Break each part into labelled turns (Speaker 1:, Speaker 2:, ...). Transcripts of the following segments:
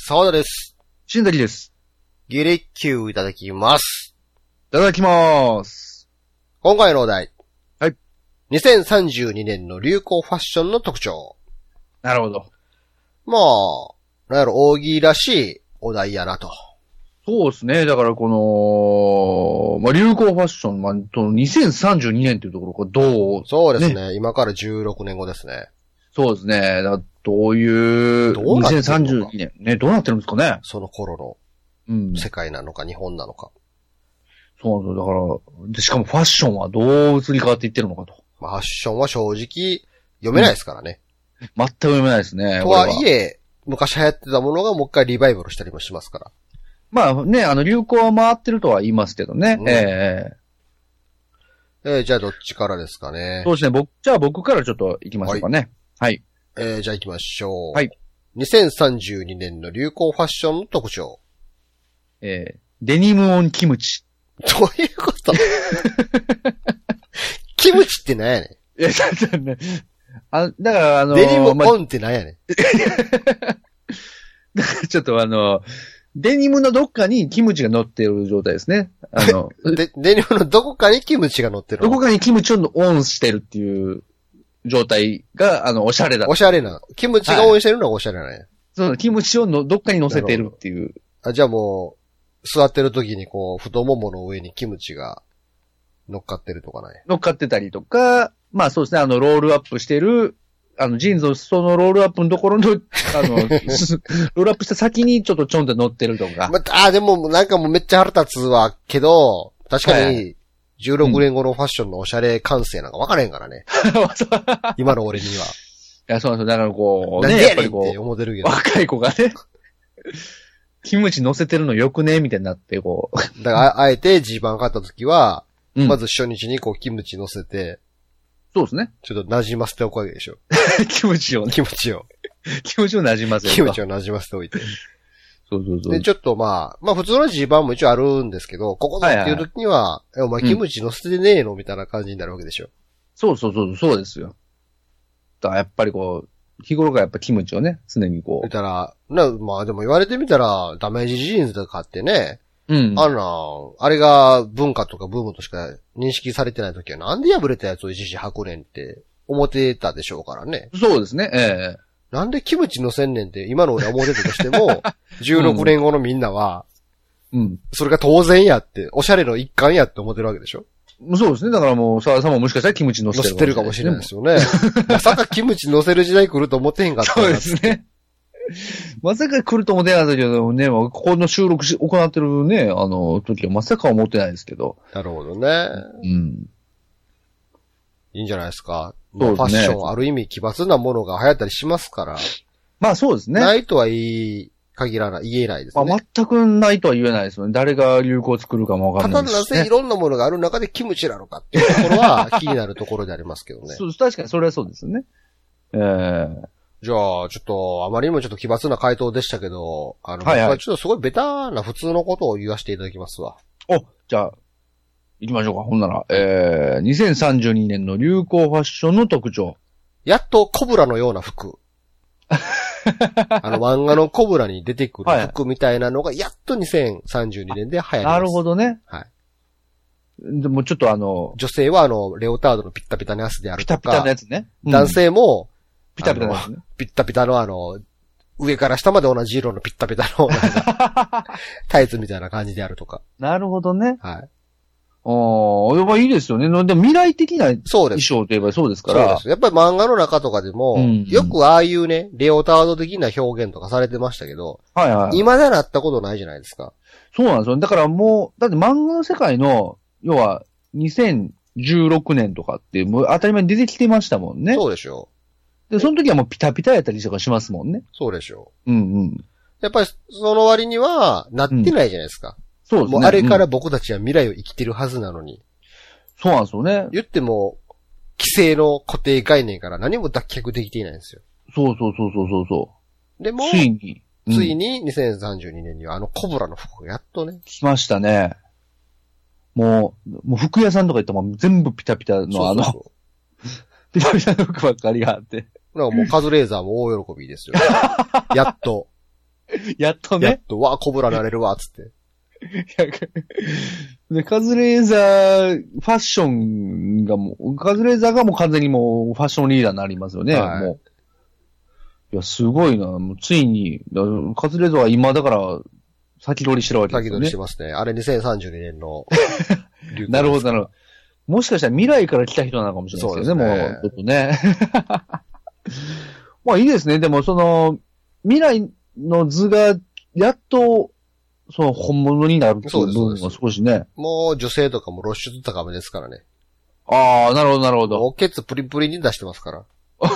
Speaker 1: 沢田です。
Speaker 2: 新崎です。
Speaker 1: ギリッキューいただきます。
Speaker 2: いただきます。
Speaker 1: 今回のお題。
Speaker 2: はい。
Speaker 1: 2032年の流行ファッションの特徴。
Speaker 2: なるほど。
Speaker 1: まあ、なんやろ、大喜利らしいお題やなと。
Speaker 2: そうですね。だからこの、流行ファッション、2032年っていうところ、これどう
Speaker 1: そうですね。今から16年後ですね。
Speaker 2: そうですね。どういう、2032年。ね、どうなってるんですかね。
Speaker 1: その頃の世界なのか、日本なのか。
Speaker 2: そうなんですよ。だから、しかもファッションはどう移り変わっていってるのかと。
Speaker 1: まあ、ファッションは正直読めないですからね。
Speaker 2: 全く読めないですね。
Speaker 1: とはいえ、昔流行ってたものがもう一回リバイバルしたりもしますから。
Speaker 2: まあね、流行は回ってるとは言いますけどね。
Speaker 1: じゃあどっちからですかね。
Speaker 2: そうですね。じゃあ僕からちょっと行きましょうかね。はい。
Speaker 1: じゃあ行きましょう。
Speaker 2: はい。
Speaker 1: 2032年の流行ファッションの特徴。
Speaker 2: デニムオンキムチ。
Speaker 1: どういうことキムチって何やねん。
Speaker 2: いや、だね。だから
Speaker 1: デニムオンって何やねん。
Speaker 2: だからちょっとデニムのどっかにキムチが乗っている状態ですね。
Speaker 1: デニムのどこかにキムチが乗ってるの。
Speaker 2: どこかにキムチをオンしてるっていう状態が、おしゃれだ。
Speaker 1: おしゃれな。キムチがオンしてるのがおしゃれなんや。
Speaker 2: そう、キムチをどっかに乗せてるっていう。
Speaker 1: じゃあもう、座ってる時にこう、太ももの上にキムチが乗っかってるとかね。
Speaker 2: 乗っかってたりとか、まあそうですね、ロールアップしてる、ジーンズの裾のロールアップのところの、ロールアップした先にちょっとちょんって乗ってるとか。
Speaker 1: でもなんかもうめっちゃ腹立つわけど、確かに、16年後のファッションのおしゃれ感性なんか分からへんからね。今の俺には。
Speaker 2: いや、そうなんですよ。だからこう、
Speaker 1: ね、やっぱりこう、思ってるけど。
Speaker 2: 若い子がね、キムチ乗せてるのよくねみたいになって、こ
Speaker 1: う。だから、あえてジーパン買った時は、まず初日にこう、キムチ乗せて、
Speaker 2: そうですね。
Speaker 1: ちょっと馴染ませておくわけでしょ。
Speaker 2: キムチをね。
Speaker 1: キムチを
Speaker 2: 馴染ませる。
Speaker 1: キムチを馴染ませておいて。
Speaker 2: そうそうそう。
Speaker 1: で、ちょっとまあ普通のジーパンも一応あるんですけど、ここぞっていう時には、お前キムチ乗せてねえのみたいな感じになるわけでしょ。
Speaker 2: そうですよ。だからやっぱりこう、日頃からやっぱキムチをね、常にこう。
Speaker 1: 見たら、まあでも言われてみたら、ダメージジーンズとかってね、あれが文化とかブームとしか認識されてない時はなんで破れたやつを一時履くねんって思ってたでしょうからね。
Speaker 2: そうですね、
Speaker 1: なんでキムチ乗せんねんって今の俺は思ってたとしても、16年後のみんなは、それが当然やって、おしゃれの一環やって思ってるわけでしょ。
Speaker 2: そうですね。だからもう、沢田さんももしかしたらキムチ乗せて
Speaker 1: るかもしれないですよね。まさかキムチ乗せる時代来ると思ってへんかった
Speaker 2: そうですね。まさか来ると思ってなかったけどね、ここの収録行ってるね、時はまさか思ってないですけど。
Speaker 1: なるほどね。いいんじゃないですか。まあ、ファッションある意味奇抜なものが流行ったりしますから。
Speaker 2: まあそうですね。
Speaker 1: ないとは言えないですね。
Speaker 2: まあ全くないとは言えないですよね。誰が流行を作るかもわかんないですし、ね。
Speaker 1: ただなぜいろんなものがある中でキムチなのかっていうところは気になるところでありますけどね。
Speaker 2: そう、確かにそれはそうですよね。
Speaker 1: じゃあ、ちょっと、あまりにもちょっと奇抜な回答でしたけど、僕はちょっとすごいベタな普通のことを言わせていただきますわ。
Speaker 2: じゃあ、行きましょうか。ほんなら、2032年の流行ファッションの特徴。
Speaker 1: やっとコブラのような服。漫画のコブラに出てくる服みたいなのが、やっと2032年で流行ります。
Speaker 2: なるほどね。
Speaker 1: はい。
Speaker 2: でもちょっと
Speaker 1: 女性はレオタードのピッタピタのやつであるとか。
Speaker 2: ピタピタのやつね。
Speaker 1: 男性も、
Speaker 2: ピタピタのやつね。
Speaker 1: ピッタピタの上から下まで同じ色のピッタピタの、タイツみたいな感じであるとか。
Speaker 2: なるほどね。
Speaker 1: はい。
Speaker 2: やっぱいいですよね。でも未来的な衣装といえばそうですから。
Speaker 1: そうです。やっぱり漫画の中とかでも、よくああいうね、レオタード的な表現とかされてましたけど、未だなったことないじゃないですか。
Speaker 2: そうなんですよ。だからもう、だって漫画の世界の、要は、2016年とかって、もう当たり前に出てきてましたもんね。
Speaker 1: そうでしょ
Speaker 2: う。で、その時はもうピタピタやったりとかしますもんね。
Speaker 1: そうでしょ
Speaker 2: う。
Speaker 1: やっぱり、その割には、なってないじゃないですか。
Speaker 2: そうですね。
Speaker 1: もうあれから僕たちは未来を生きてるはずなのに。
Speaker 2: そうなんですよね。
Speaker 1: 言っても、既成の固定概念から何も脱却できていないんですよ。
Speaker 2: そう。
Speaker 1: でも、
Speaker 2: ついに
Speaker 1: 2032年にはコブラの服がやっとね。
Speaker 2: 来ましたね。もう服屋さんとか行ったら全部ピタピタのピタピタの服ばっかりがあって。
Speaker 1: なんかもうカズレーザーも大喜びですよ。やっと。
Speaker 2: やっとね。
Speaker 1: やっと、コブラなれるわ、つって。
Speaker 2: で、カズレーザー、ファッションがもう、カズレーザーがもう完全にもうファッションリーダーになりますよね、はい、もう。いや、すごいな。もうついに、カズレーザーは今だから、先取りしてるわけですよね。
Speaker 1: 先取りしてますね。あれ2032年の。
Speaker 2: なるほど、なるほど。もしかしたら未来から来た人なのかもしれないですよね、もう、ちょっとね。まあいいですね。でも未来の図が、やっと、本物になるっていう部分が少しね。
Speaker 1: もう女性とかも露出高めですからね。
Speaker 2: ああ、なるほど、なるほど。
Speaker 1: ケツプリプリに出してますから。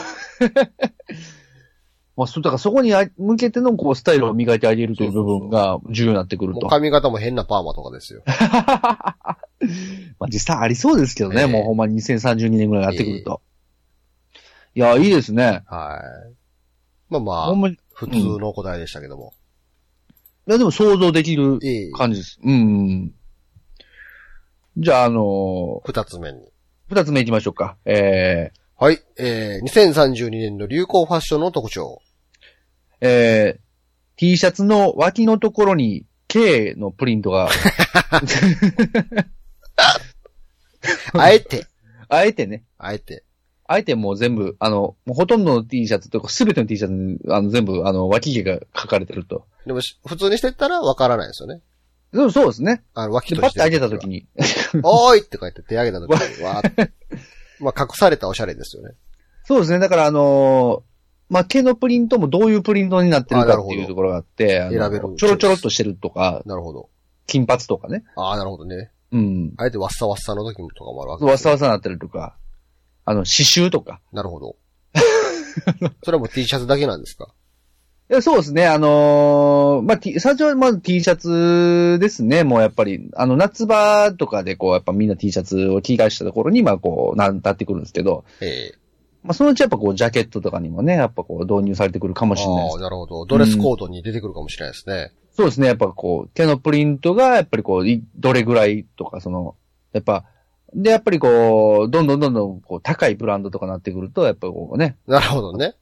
Speaker 2: まあ、だからそこに向けてのスタイルを磨いてあげるという部分が重要になってくると。
Speaker 1: もう髪型も変なパーマとかですよ。
Speaker 2: まあ実際ありそうですけどね、もうほんまに2032年ぐらいやってくると。いや、いいですね。
Speaker 1: はい。まあ、普通の答えでしたけども。
Speaker 2: いや、でも想像できる感じです。じゃあ、
Speaker 1: 二つ目
Speaker 2: 行きましょうか。
Speaker 1: はい。2032年の流行ファッションの特徴。
Speaker 2: T シャツの脇のところに K のプリントが。
Speaker 1: あえて
Speaker 2: ね。
Speaker 1: あえ
Speaker 2: てもう全部、もうほとんどの T シャツとかすべての T シャツに、全部、脇毛が書かれてると。
Speaker 1: でも、普通にしてったらわからないですよね。
Speaker 2: そうですね。
Speaker 1: 脇として。
Speaker 2: パッと開けたときに。
Speaker 1: おーいって書いて手上げたときに、わーって。まあ、隠されたおしゃれですよね。
Speaker 2: そうですね。だからまあ、毛のプリントもどういうプリントになってるかっていうところがあって、
Speaker 1: 選べる。
Speaker 2: ちょろちょろっとしてるとか。
Speaker 1: なるほど。
Speaker 2: 金髪とかね。
Speaker 1: ああ、なるほどね。あえてワッサワッサの時とかもあるわけ
Speaker 2: です、ね。ワッサワッサになってるとか。刺繍とか。
Speaker 1: なるほど。それはもう T シャツだけなんですか？
Speaker 2: いや、そうですね。まあ、最初はまず T シャツですね。もうやっぱり、夏場とかでやっぱみんな T シャツを着替えしたところに、まあなってくるんですけど。まあ、そのうちやっぱジャケットとかにもね、やっぱ導入されてくるかもしれないです。
Speaker 1: ああ、なるほど。ドレスコードに出てくるかもしれないですね。
Speaker 2: そうですね。やっぱ毛のプリントが、やっぱりどれぐらいとか、やっぱ、で、やっぱりどんどん高いブランドとかなってくると、やっぱね。
Speaker 1: なるほどね。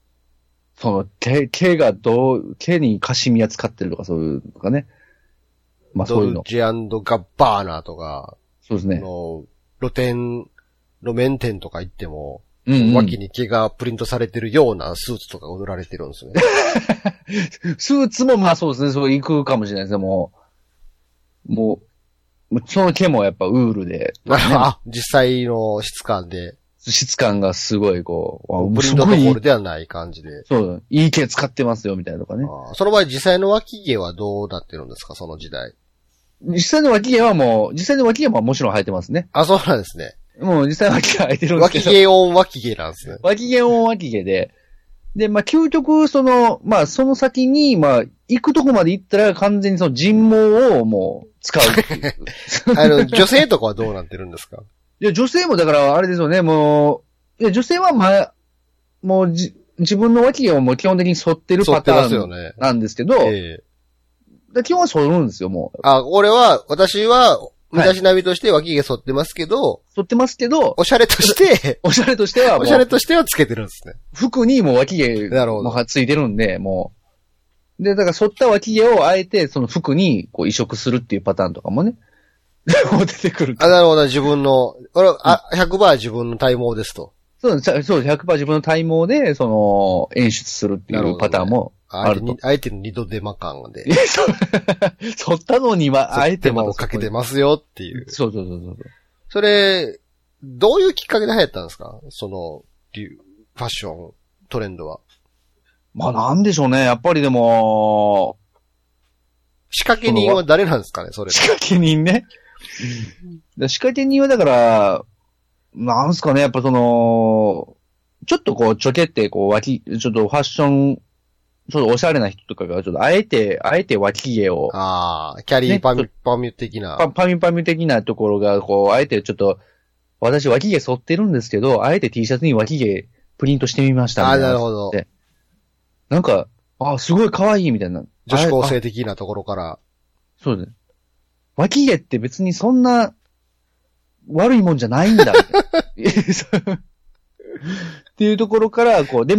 Speaker 2: 毛にカシミヤ使ってるとかそういうとかね。まあそういうの。
Speaker 1: ドルチェ&ガッバーナとか。
Speaker 2: そうですね。
Speaker 1: 路面店とか行っても、脇に毛がプリントされてるようなスーツとかが塗られてるんですね。
Speaker 2: スーツもまあそうですね、そう行くかもしれないですね、もう、その毛もやっぱウールで、ね。
Speaker 1: 実際の質感で。
Speaker 2: 質感がすごい
Speaker 1: プリントとホールではない感じで。
Speaker 2: そう、いい毛使ってますよ、みたいなとかね。
Speaker 1: その場合実際の脇毛はどうなってるんですか、その時代。
Speaker 2: 実際の脇毛はもちろん生えてますね。
Speaker 1: そうなんですね。
Speaker 2: もう実際脇毛生えてるんですけど。
Speaker 1: 脇毛オン脇毛なんですね。
Speaker 2: 脇毛オン脇毛で。で、まあ、究極、まあ、その先に、まあ、行くとこまで行ったら完全に人毛をもう使うっていう。
Speaker 1: 女性とかはどうなってるんですか？
Speaker 2: いや、女性もだからあれですよね、いや、女性はまあ、もう自分の脇毛をもう基本的に剃ってるパターンなんですけど、基本は剃るんですよ、もう。
Speaker 1: 私は、身だしなみとして脇毛剃ってますけど、おしゃれとしてはつけてるんですね。
Speaker 2: 服にも脇毛もついてるんで、もう。で、だから剃った脇毛をあえてその服に移植するっていうパターンとかもね。出てくる。
Speaker 1: なるほど、自分の、100% 自分の体毛ですと。
Speaker 2: そう、100% 自分の体毛で、演出するっていうパターンもあると。
Speaker 1: あえての二度手間感で。
Speaker 2: 剃ったのには、あえて
Speaker 1: 手間をかけてますよっていう。
Speaker 2: そう。
Speaker 1: それ、どういうきっかけで流行ったんですか？ファッション、トレンドは。
Speaker 2: まあなんでしょうね。やっぱりでも、
Speaker 1: 仕掛け人は誰なんですかね、それ。
Speaker 2: 仕掛け人ね。仕掛け人はだから、なんすかね、やっぱちょっとちょけってちょっとファッション、ちょっとおしゃれな人とかが、ちょっとあえて脇毛を。
Speaker 1: キャリーパミュ的な。
Speaker 2: パミュ的なところが、あえてちょっと、私脇毛剃ってるんですけど、あえて T シャツに脇毛プリントしてみましたみたいな。
Speaker 1: なるほど。
Speaker 2: なんか、すごい可愛いみたいな。
Speaker 1: 女子高生的なところから。
Speaker 2: そうです。脇毛って別にそんな悪いもんじゃないんだ。っていうところから、でも、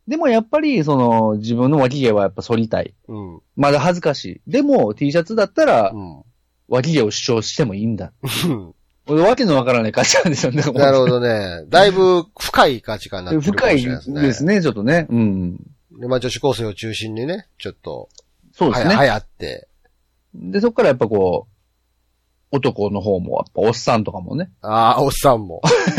Speaker 2: でもやっぱり、自分の脇毛はやっぱ剃りたい。
Speaker 1: うん。
Speaker 2: まだ恥ずかしい。でも T シャツだったら、脇毛を主張してもいいんだ。わけのわからない価値観ですよね。
Speaker 1: なるほどね。だいぶ深い価値観になってるかもしれないですね。
Speaker 2: 深いですね、ちょっとね。うん。
Speaker 1: で、まあ女子高生を中心にね、ちょっと。
Speaker 2: そうですね。
Speaker 1: 流行って。
Speaker 2: で、そこからやっぱこう、男の方も、やっぱおっさんとかもね。
Speaker 1: ああ、おっさんも。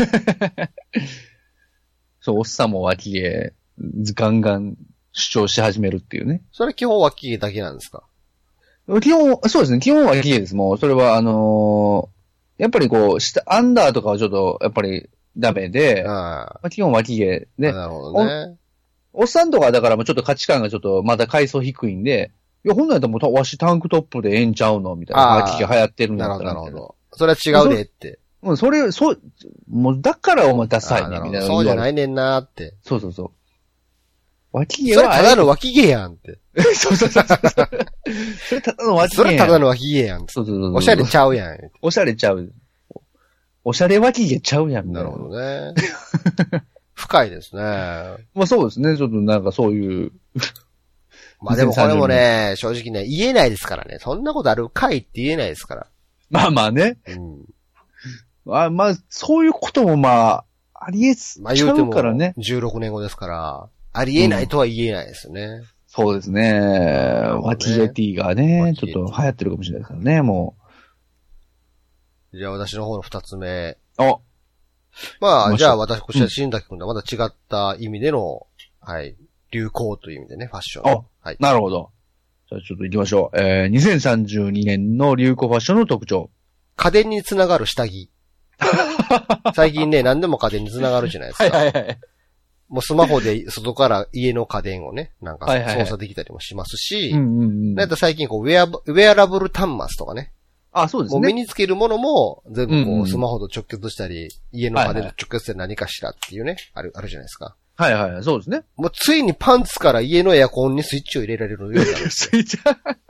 Speaker 2: そう、おっさんも脇毛、ガンガン主張し始めるっていうね。
Speaker 1: それ基本脇毛だけなんですか？
Speaker 2: 基本、そうですね。基本は脇毛です。もう、それはやっぱりこう、アンダーとかはちょっと、やっぱりダメで、基本脇毛で。
Speaker 1: なるほどね。
Speaker 2: おっさんとかだからもうちょっと価値観がちょっとまだ階層低いんで、いや、ほんなんやったらもうわしタンクトップでええんちゃうのみたいな。脇毛流行ってるんだったら。
Speaker 1: なるほど。それは違うでって。
Speaker 2: もうもうだからお前ダサいね、みたいな。
Speaker 1: そうじゃないねんなーって。
Speaker 2: そうそうそう。脇毛は。
Speaker 1: それただの脇毛やんって。
Speaker 2: そうそうそう。それただの脇毛やん。
Speaker 1: それただの脇毛やん。
Speaker 2: そうそうそう。
Speaker 1: おしゃれちゃうやん。
Speaker 2: おしゃれちゃう。おしゃれ脇毛ちゃうやん。
Speaker 1: なるほどね。深いですね。
Speaker 2: まあそうですね。ちょっとなんかそういう。
Speaker 1: まあでもこれもね、正直ね、言えないですからね。そんなことあるかいって言えないですから。
Speaker 2: まあまあね。まあ、そういうこともまあ、ありえちゃうからね。
Speaker 1: 16年後ですから、ありえないとは言えないですよね。
Speaker 2: そうですね。脇毛 T がね、ちょっと流行ってるかもしれないですからね、も
Speaker 1: う。じゃあ私の方の2つ目。
Speaker 2: ま
Speaker 1: あ、じゃあ私、こちら新崎くんとはまた違った意味での、はい、流行という意味でね、ファッション。
Speaker 2: はい。なるほど。じゃあちょっと行きましょう。2032年の流行ファッションの特徴。
Speaker 1: 家電につながる下着。最近ね、何でも家電につながるじゃないですか。はい。もうスマホで外から家の家電をね、なんか操作できたりもしますし、なんか最近こうウェアラブル端末とかね。
Speaker 2: あ、そうですね。
Speaker 1: もう身につけるものも全部こうスマホと直結したり、家の家電と直結して何かしらっていうね、あるじゃないですか。
Speaker 2: はいはい、そうですね。
Speaker 1: もうついにパンツから家のエアコンにスイッチを入れられるようになる。
Speaker 2: スイッチ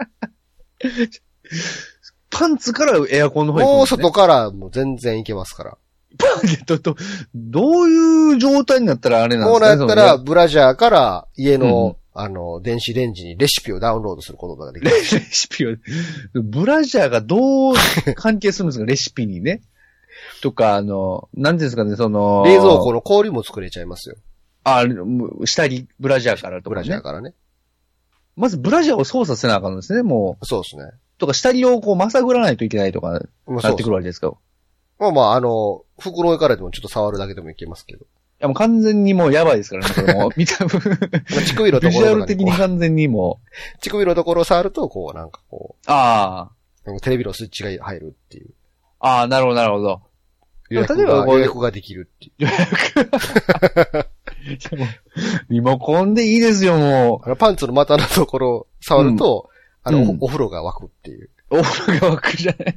Speaker 2: パンツからエアコンの方に、
Speaker 1: もう外からもう全然いけますから。
Speaker 2: どういう状態になったらあれなんですかね。
Speaker 1: こうなったら、ブラジャーから家の、電子レンジにレシピをダウンロードすることができる。
Speaker 2: レシピを、ブラジャーがどう関係するんですかレシピにね。とか、なんていうんですかね、冷
Speaker 1: 蔵庫の氷も作れちゃいますよ。
Speaker 2: 下着、ブラジャーからとかね。
Speaker 1: ブラジャーからね。
Speaker 2: まずブラジャーを操作せなあかんんですね、も
Speaker 1: う。そうですね。
Speaker 2: とか、下着をこう、まさぐらないといけないとか、なってくるわけですか。
Speaker 1: まあ、袋置からでもちょっと触るだけでもいけますけど。
Speaker 2: いや、もう完全にもうやばいですからね、これもう。見た乳首のところ。ビジュアル的に完全にも
Speaker 1: う。乳首のところを触ると、こう、なんかこう。テレビのスイッチが入るっていう。
Speaker 2: なるほど、なるほど。
Speaker 1: 例えば予約ができるっていう。予約
Speaker 2: リモコンでいいですよ、も
Speaker 1: う。パンツの股のところを触ると、お風呂が沸くっていう。
Speaker 2: お風呂が沸くじゃない。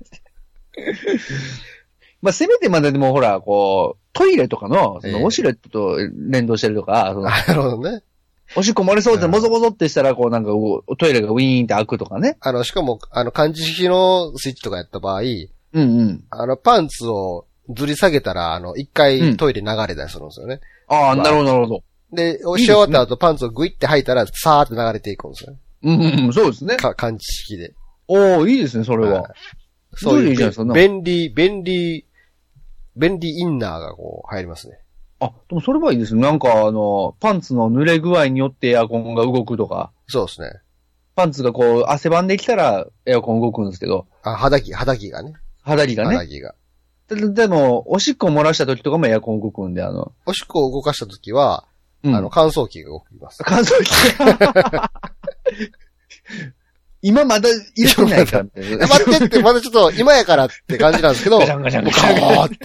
Speaker 2: まあ、せめてまだでもほら、こう、トイレとかの、ウォシュレットと連動してるとか、
Speaker 1: なるほどね。
Speaker 2: おしっこ漏れそうってもぞもぞってしたら、こうなんか、トイレがウィーンって開くとかね。
Speaker 1: しかも、感知式のスイッチとかやった場合、パンツをずり下げたら、一回トイレ流れたりするんですよね。
Speaker 2: なるほど、なるほど。
Speaker 1: で、押し終わった後パンツをグイって履いたら、さーって流れていくんですよね。
Speaker 2: そうですね。
Speaker 1: 感知式で。
Speaker 2: いいですね、それは。
Speaker 1: そういう、便利インナーがこう入りますね。
Speaker 2: でもそれはいいですね。なんかパンツの濡れ具合によってエアコンが動くとか。
Speaker 1: そうですね。
Speaker 2: パンツがこう汗ばんできたらエアコン動くんですけど。
Speaker 1: 肌着がね。
Speaker 2: 肌着がね。
Speaker 1: 肌着が。
Speaker 2: でも、おしっこ漏らした時とかもエアコン動くんで、
Speaker 1: おしっこを動かした時は、乾燥機が動きます。
Speaker 2: 乾燥機今まだ入れてないから。
Speaker 1: 待ってって、まだちょっと今やからって感じなんですけど、ガシャンガシャンガシャンガーって。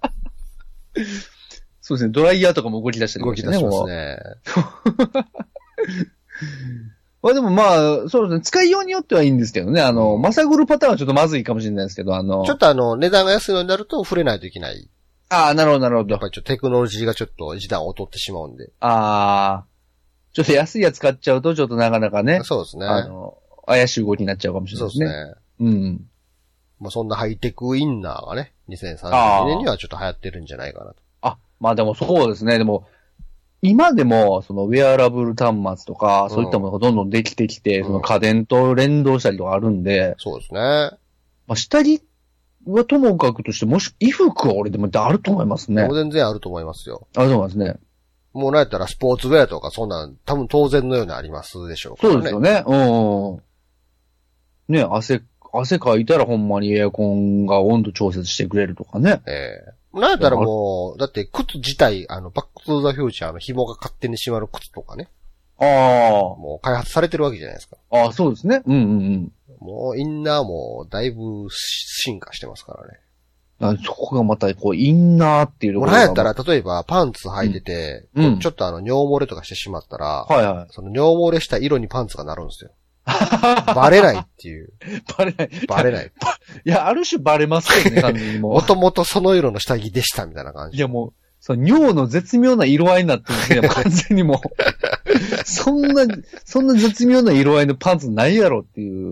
Speaker 2: そうですね、ドライヤーとかも動き出してる
Speaker 1: 動き出しますね。
Speaker 2: でもまあ、そうですね、使いようによってはいいんですけどね、まさぐるパターンはちょっとまずいかもしれないですけど、
Speaker 1: ちょっと値段が安いのになると触れないといけない。
Speaker 2: なるほど、なるほど。
Speaker 1: やっぱりちょっとテクノロジーがちょっと一段劣ってしまうんで。
Speaker 2: ちょっと安いやつ買っちゃうと、ちょっとなかなかね。
Speaker 1: そうですね。
Speaker 2: 怪しい動きになっちゃうかもしれないですね。そうですね。
Speaker 1: まあそんなハイテクインナーがね、2032年にはちょっと流行ってるんじゃないかなと。
Speaker 2: まあでもそうですね。でも、 今でも、そのウェアラブル端末とか、そういったものがどんどんできてきて、その家電と連動したりとかあるんで、
Speaker 1: そうですね。
Speaker 2: まあ、下着はともかくとして、もし、衣服は俺でもあると思いますね。
Speaker 1: もう全然あると思いますよ。
Speaker 2: あると思いますね。
Speaker 1: もうなんやったらスポーツウェアとかそんなん多分当然のようにありますでしょうからね。
Speaker 2: そうですよね。うん。ね、汗かいたらほんまにエアコンが温度調節してくれるとかね。
Speaker 1: なんやったらもう、だって靴自体、バックトゥーザフューチャーの紐が勝手に締まる靴とかね。
Speaker 2: ああ。
Speaker 1: もう開発されてるわけじゃないですか。
Speaker 2: ああ、そうですね。うん。
Speaker 1: もうインナーもだいぶ進化してますからね。
Speaker 2: そこがまた、こう、インナーっていうところが。
Speaker 1: なんやったら、例えばパンツ履いてて、ちょっと尿漏れとかしてしまったら、その尿漏れした色にパンツがなるんですよ。バレないっていう。
Speaker 2: バレない。いや、ある種バレますけどね、完全にもう。
Speaker 1: もともとその色の下着でしたみたいな感じ。
Speaker 2: いやもう、尿の絶妙な色合いになってるんですね、完全にもう。そんな絶妙な色合いのパンツないやろっていう。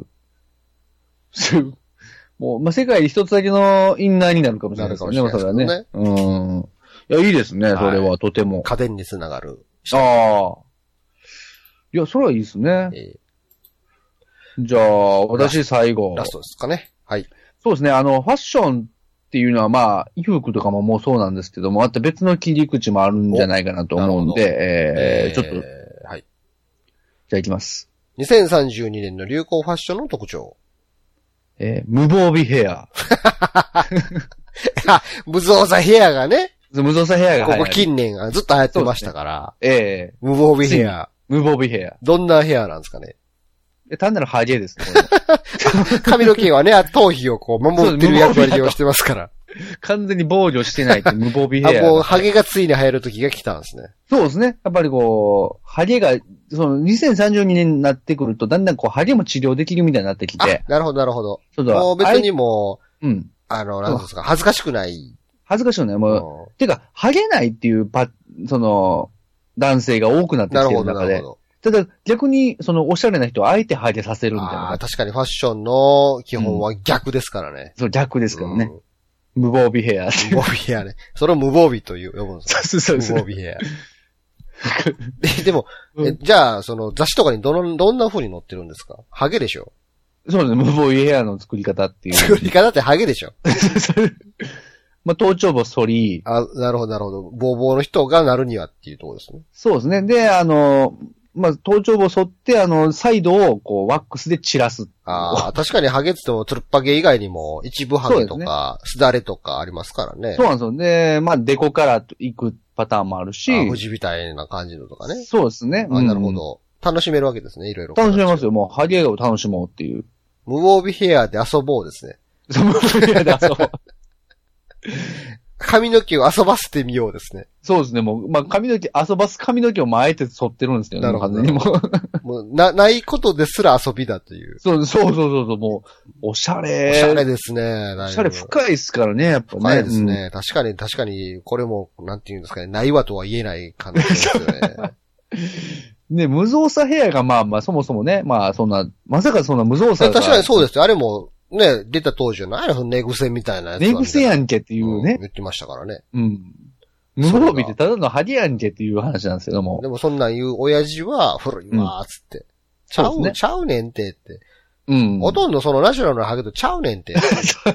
Speaker 2: もう、まあ、世界で一つだけのインナーになるかもしれないですね、それはね。いや、いいですね、それは、とても。
Speaker 1: 家電につながる。
Speaker 2: ああ。いや、それはいいですね。じゃあ、私最後。
Speaker 1: ラストですかね。はい。
Speaker 2: そうですね、ファッションっていうのは、まあ、衣服とかももうそうなんですけども、あと別の切り口もあるんじゃないかなと思うんで、ちょっと。
Speaker 1: はい。
Speaker 2: じゃあ行きます。
Speaker 1: 2032年の流行ファッションの特徴。
Speaker 2: 無防備ヘア。
Speaker 1: 無造作ヘアがね。
Speaker 2: 無造作ヘアが
Speaker 1: ここ近年ずっと流行ってましたから。無防備ヘア。
Speaker 2: 無防備ヘア。
Speaker 1: どんなヘアなんですかね。
Speaker 2: 単なるハゲですね。
Speaker 1: 髪の毛はね、頭皮をこう守ってる役割をしてますから。
Speaker 2: 完全に防御してないって無防備ヘア。
Speaker 1: もうハゲがついに流行る時が来たんですね。
Speaker 2: そうですね。やっぱりこう、ハゲが、その2032年になってくると、だんだんこう、ハゲも治療できるみたいになってきて。
Speaker 1: なるほど、なるほど。もう別にもう、なんですか、恥ずかしくない。
Speaker 2: 恥ずかしくない。もう、てか、ハゲないっていうその、男性が多くなってきてる中で。ただ、逆に、その、おしゃれな人はあえてハゲさせるみたいな。
Speaker 1: 確かにファッションの基本は逆ですからね。
Speaker 2: そう、逆ですからね。無防備ヘア。
Speaker 1: 無防備ヘアね。それを無防備と呼ぶんですよ。
Speaker 2: そう。
Speaker 1: 無防備ヘア。でも、じゃあ、その雑誌とかにどんな風に載ってるんですか？ハゲでしょ？
Speaker 2: そうですね、無防備ヘアの作り方っていう。
Speaker 1: 作り方ってハゲでしょ？
Speaker 2: まあ、頭頂部を反り。
Speaker 1: なるほど、なるほど。ボーボーの人がなるにはっていうところですね。
Speaker 2: そうですね。で、まあ、頭頂部を反って、サイドを、こう、ワックスで散らす。
Speaker 1: 確かにハゲって言っても、つるっぱげ以外にも、一部ハゲとか、すだれとかありますからね。
Speaker 2: そうなんですよ。で、まあ、デコから行くパターンもあるし。
Speaker 1: 富士みたいな感じのとかね。
Speaker 2: そうですね。
Speaker 1: なるほど。楽しめるわけですね、いろいろ。
Speaker 2: 楽しめますよ。もう、ハゲを楽しもうっていう。
Speaker 1: 無防備ヘアで遊ぼうですね。
Speaker 2: 無防備ヘアで遊ぼう。
Speaker 1: 髪の毛を遊ばせてみようですね。
Speaker 2: そうですね。もう、まあ、遊ばす髪の毛をあえて剃ってるんですけどね。
Speaker 1: なるほど。もうないことですら遊びだという。
Speaker 2: そう、もう、おしゃれ。
Speaker 1: おしゃれですね。
Speaker 2: おしゃれ深いですからね、やっぱね。
Speaker 1: 深いですね。確かに、これも、なんていうんですかね、ないわとは言えない感じですよね。
Speaker 2: ね、無造作ヘアがまあ、そもそもね、まあ、まさかそんな無造作が。
Speaker 1: 確かにそうですよ。あれも、ね、出た当時は何や寝癖みたいなやつ。
Speaker 2: 寝癖やんけっていうね。
Speaker 1: 言ってましたからね。
Speaker 2: 無防備ってただのハゲやんけっていう話なんですけども。
Speaker 1: でもそんなん言う親父は古いわーつって。ちゃうねんてって。ほとんどそのナチュラルなハゲとちゃうねんて。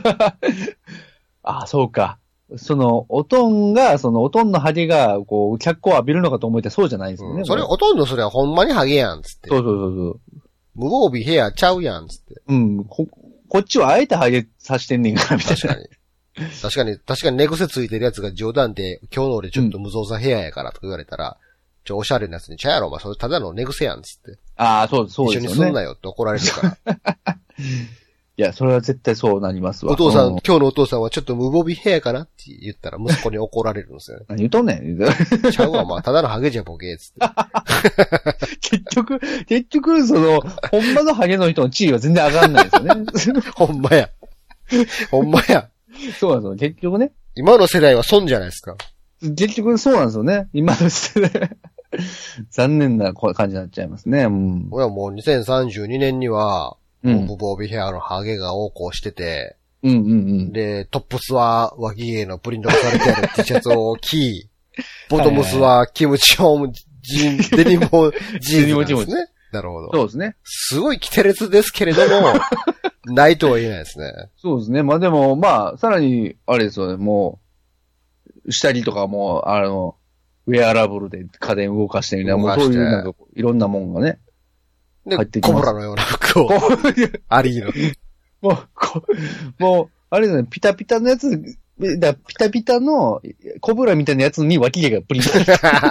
Speaker 2: そうか。おとんのハゲが、こう、脚光を浴びるのかと思ってそうじゃないんですよね。
Speaker 1: ほとんどそれはほんまにハゲやんつって。
Speaker 2: そう。
Speaker 1: 無防備ヘアちゃうやんつって。
Speaker 2: こっちはあえてハゲさしてんねんから、みたいな。
Speaker 1: 確かに寝癖ついてるやつが冗談で、今日の俺ちょっと無造作ヘアやからとか言われたら、おしゃれなやつにちゃうやろ、お前それただの寝癖やんつって。
Speaker 2: そうですよね。
Speaker 1: 一緒にすんなよって怒られるから。
Speaker 2: いや、それは絶対そうなりますわ。
Speaker 1: 今日のお父さんはちょっと無防備ヘアかなって言ったら息子に怒られるんですよね。
Speaker 2: 何言うとんねん。
Speaker 1: ちゃうわ、まあ、ただのハゲじゃボケーつって。
Speaker 2: 結局、ほんまのハゲの人の地位は全然上がんないですよね。
Speaker 1: ほんまや。
Speaker 2: そうなんですよ、結局ね。
Speaker 1: 今の世代は損じゃないですか。
Speaker 2: 結局そうなんですよね。今の世代。残念な感じになっちゃいますね。
Speaker 1: 俺はもう2032年には、無防備ヘアのハゲが横行してて、で、トップスは脇毛のプリントがされてある T シャツを着、 ボトムスはキムチホームデニムジーンズなんですね。なるほど。
Speaker 2: そうですね。
Speaker 1: すごいキテレツですけれども、ないとは言えないですね。
Speaker 2: そうですね。まあでも、まあ、さらに、あれですよね、もう、下着とかも、ウェアラブルで家電動かしてみたいな、もうそういうなんか、いろんなもんがね、
Speaker 1: で、
Speaker 2: 入ってきます。
Speaker 1: コブラのような服を。アリーの。
Speaker 2: もう、あれですね、ピタピタのやつ、ピタピタのコブラみたいなやつに脇毛がプリント。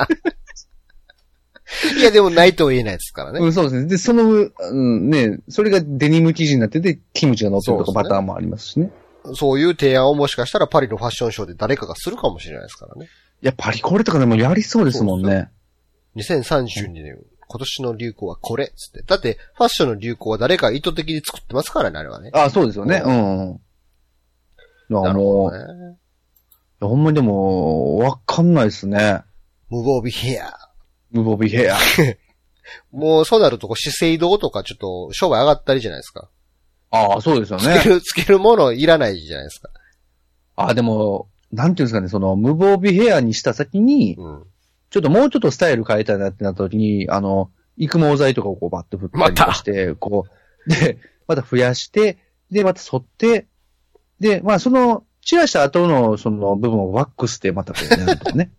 Speaker 1: いや、でもないとは言えないですからね。
Speaker 2: うん、そうですね。で、ね、それがデニム生地になってて、キムチが乗ってるとかパターンもありますしね。
Speaker 1: そういう提案をもしかしたらパリのファッションショーで誰かがするかもしれないですからね。
Speaker 2: いや、パリコレとかでもやりそうですもんね。
Speaker 1: 2032年、今年の流行はこれ、つって。だって、ファッションの流行は誰か意図的に作ってますからね、あれはね。
Speaker 2: あ、そうですよね。うん。
Speaker 1: なるほどね。
Speaker 2: ほんまにでも、わかんないですね。
Speaker 1: 無防備ヘア。
Speaker 2: 無防備ヘア。
Speaker 1: もう、そうなると、資生堂とかちょっと、商売上がったりじゃないですか。
Speaker 2: ああ、そうですよね。
Speaker 1: つけるものいらないじゃないですか。
Speaker 2: あ、でも、なんていうんですかね、その、無防備ヘアにした先に、ちょっともうちょっとスタイル変えたいなってなった時に、育毛剤とかをこうバッと振ったりとかして、こう、で、また増やして、で、また剃って、で、まあその、散らした後のその部分をワックスでまたこうやるとかね。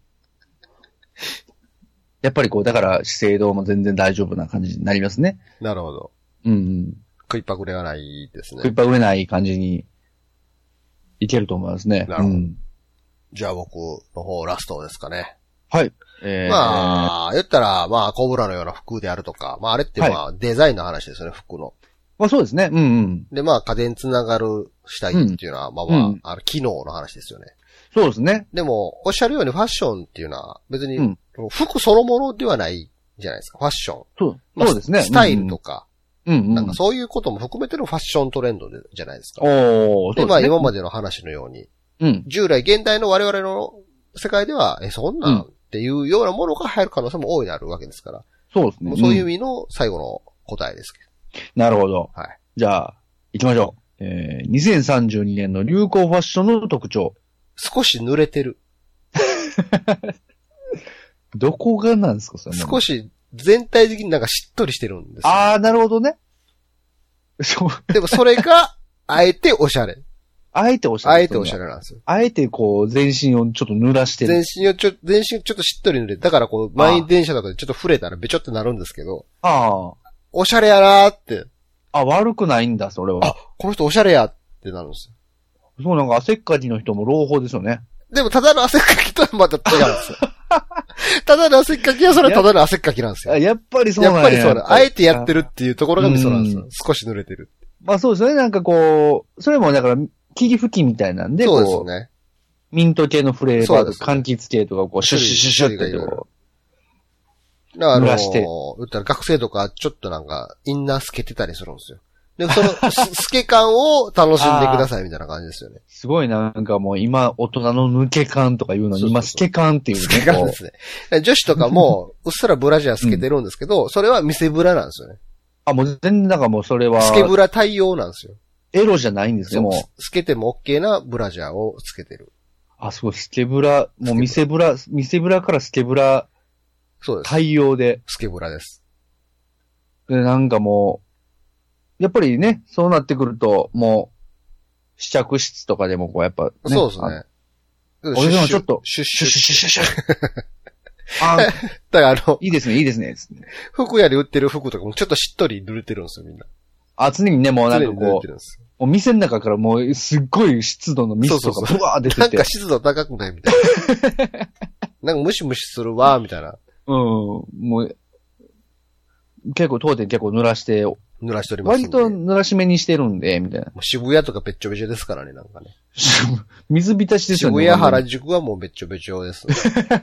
Speaker 2: やっぱりこう、だから資生堂も全然大丈夫な感じになりますね。
Speaker 1: なるほど。
Speaker 2: うん。
Speaker 1: 食いっぱぐれがないですね。
Speaker 2: 食いっぱぐれない感じにいけると思いますね。
Speaker 1: なるほど。じゃあ僕の方ラストですかね。
Speaker 2: はい。
Speaker 1: まあ、言ったら、まあ、コブラのような服であるとか、まあ、あれってまあ、デザインの話ですよね、服の。
Speaker 2: まあそうですね。うんうん。
Speaker 1: で、まあ、家電つながる下着っていうのは、まあ、機能の話ですよね。
Speaker 2: そうですね。
Speaker 1: でも、おっしゃるようにファッションっていうのは、別に、服そのものではないじゃないですか、ファッション。
Speaker 2: そうですね。
Speaker 1: スタイルとか、なんかそういうことも含めてのファッショントレンドじゃないですか。で、まあ、今までの話のように、従来現代の我々の世界では、そんなんっていうようなものが入る可能性も大いにあるわけですから。
Speaker 2: そうですね。
Speaker 1: そういう意味の最後の答えですけど。
Speaker 2: なるほど。
Speaker 1: はい。
Speaker 2: じゃあ、行きましょう。2032年の流行ファッションの特徴。
Speaker 1: 少し濡れてる。
Speaker 2: どこがなんですか、それ。
Speaker 1: 少し全体的になんかしっとりしてるんですよ。
Speaker 2: ああ、なるほどね。
Speaker 1: でもそれが、あえておしゃれ。
Speaker 2: あえておしゃれ。
Speaker 1: あえておしゃれなんですよ。
Speaker 2: あえてこう、全身をちょっと濡らしてる。
Speaker 1: 全身ちょっとしっとり濡れて、だからこう、満員電車とかでちょっと触れたらべちょってなるんですけど。
Speaker 2: ああ。
Speaker 1: おしゃれやなーって。
Speaker 2: あ、悪くないんだ、それは。
Speaker 1: あ、この人おしゃれやってなるんですよ。
Speaker 2: そう、なんか汗っかきの人も朗報ですよね。
Speaker 1: でも、ただの汗っかきとはまた違うんですよ。ただの汗っかきはそれはただの汗っかきなんですよ。
Speaker 2: やっぱりそうなんや。
Speaker 1: やっぱりそうだ。あえてやってるっていうところがミソなんですよ。少し濡れてる。
Speaker 2: まあそうですよね。なんかこう、それもだから、霧吹きみたいなんで、
Speaker 1: そうですね。
Speaker 2: ミント系のフレーバーとか、柑橘系とか、こう、シュッシュッシュッシュッってこ
Speaker 1: う。だから言ったら学生とかちょっとなんか、インナー透けてたりするんですよ。で、その、透け感を楽しんでくださいみたいな感じですよね。
Speaker 2: すごいなんかもう今、大人の抜け感とか言うのに、今、透け感っていうね。
Speaker 1: 透け感ですね。女子とかも、うっすらブラジャー透けてるんですけど、それは見せブラなんですよね。
Speaker 2: あ、もう全然なんかもうそれは。
Speaker 1: 透けブラ対応なんですよ。
Speaker 2: エロじゃないんですよ、もう。
Speaker 1: 透けても OK なブラジャーをつけてる。
Speaker 2: あ、すごい、スケブラ、もう見せブラからスケブラ、
Speaker 1: そうです。
Speaker 2: 対応で。
Speaker 1: スケブラです。
Speaker 2: で、なんかもう、やっぱりね、そうなってくると、もう、試着室とかでもこう、やっぱ、ね。
Speaker 1: そうですね。
Speaker 2: 俺でもちょっと、
Speaker 1: シュッシュッシュッシュッシュッ。
Speaker 2: あ
Speaker 1: だから
Speaker 2: いいですね、いいですね。
Speaker 1: 服屋で売ってる服とかもちょっとしっとり濡れてるんですよ、みんな。
Speaker 2: あ、常にね、もうなんかこう、もう店の中からもうすっごい湿度のミストがブワー出てて。
Speaker 1: なんか湿度高くないみたいな。なんかムシムシするわーみたいな。
Speaker 2: もう、結構当店結構濡らしております。割と濡らし目にしてるんで、みたいな。
Speaker 1: もう渋谷とかべっちょべちょですからね、なんかね。
Speaker 2: 水浸しですよね。
Speaker 1: 渋谷原宿はもうべっちょべちょです。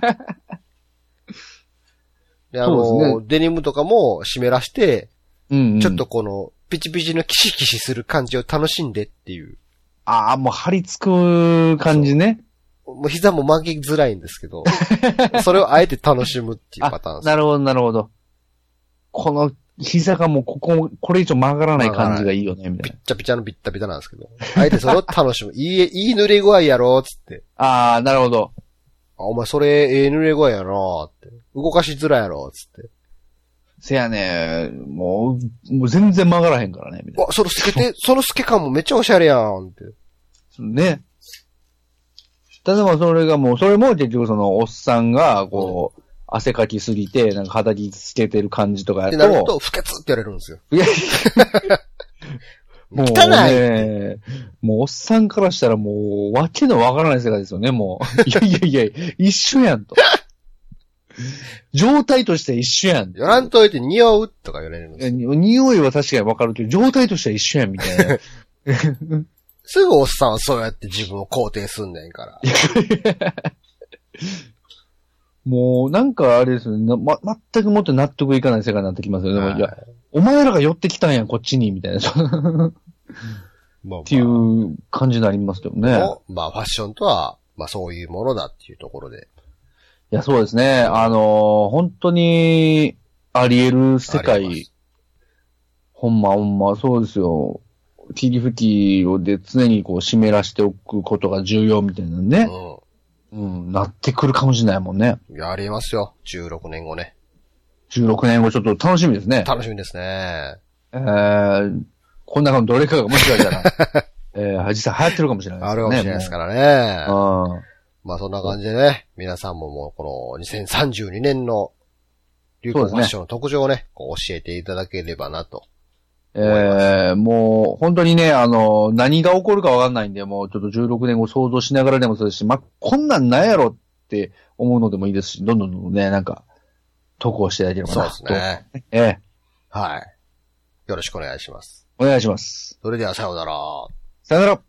Speaker 1: で、デニムとかも湿らして、ちょっとこの、ピチピチのキシキシする感じを楽しんでっていう。
Speaker 2: ああ、もう張り付く感じね。
Speaker 1: もう膝も曲げづらいんですけど、それをあえて楽しむっていうパターンです。
Speaker 2: なるほど、なるほど。この膝がもうこれ以上曲がらない感じがいいよね、みたいな。
Speaker 1: ピッチャピチャのビッタビタなんですけど、あえてそれを楽しむ。いい濡れ具合やろう、つって。
Speaker 2: ああ、なるほど。
Speaker 1: お前それ、濡れ声やなって。動かしづらいやろ、つって。
Speaker 2: せやね、もう全然曲がらへんからね、みたいな。
Speaker 1: その透け感もめっちゃおしゃれやんって。
Speaker 2: ね。ただそれがもう、それも結局その、おっさんが、こう、汗かきすぎて、なんか肌着つけてる感じとかやと。って
Speaker 1: なると、不潔って言われるんですよ。
Speaker 2: いやもうね、もうおっさんからしたらもう、わけのわからない世界ですよね、もう。いや、一緒やんと。状態として一緒やん。
Speaker 1: やらんといて匂うとか言われるんですよ。
Speaker 2: 匂いは確かにわかるけど、状態としては一緒やん、みたいな。
Speaker 1: すぐおっさんはそうやって自分を肯定すんねんから。
Speaker 2: もう、なんかあれですよね。全くもって納得いかない世界になってきますよね。はい、いや、お前らが寄ってきたんやん、こっちに、みたいな。っていう感じになりますけどね。
Speaker 1: まあ、ファッションとは、まあそういうものだっていうところで。
Speaker 2: いや、そうですね。本当に、あり得る世界。ほんま、そうですよ。霧吹きで常にこう湿らしておくことが重要みたいなね。なってくるかもしれないもんね。
Speaker 1: やりますよ。16年後ね。
Speaker 2: 16年後ちょっと楽しみですね。
Speaker 1: 楽しみですね。
Speaker 2: こんなのどれかがもしかしたら、実際流行ってるかもしれないですね。
Speaker 1: あるかもしれないですからね。まあそんな感じでね、皆さんももうこの2032年の流行ファッションの特徴をね、こう教えていただければなと。
Speaker 2: もう本当にね、何が起こるかわかんないんで、もうちょっと16年後想像しながらでもそうですし、まあ、こんなんなんやろって思うのでもいいですし、どんどんね、なんか、投稿していただければなと。
Speaker 1: そうですね。はい。よろしくお願いします。
Speaker 2: お願いします。
Speaker 1: それではさようなら。
Speaker 2: さよなら。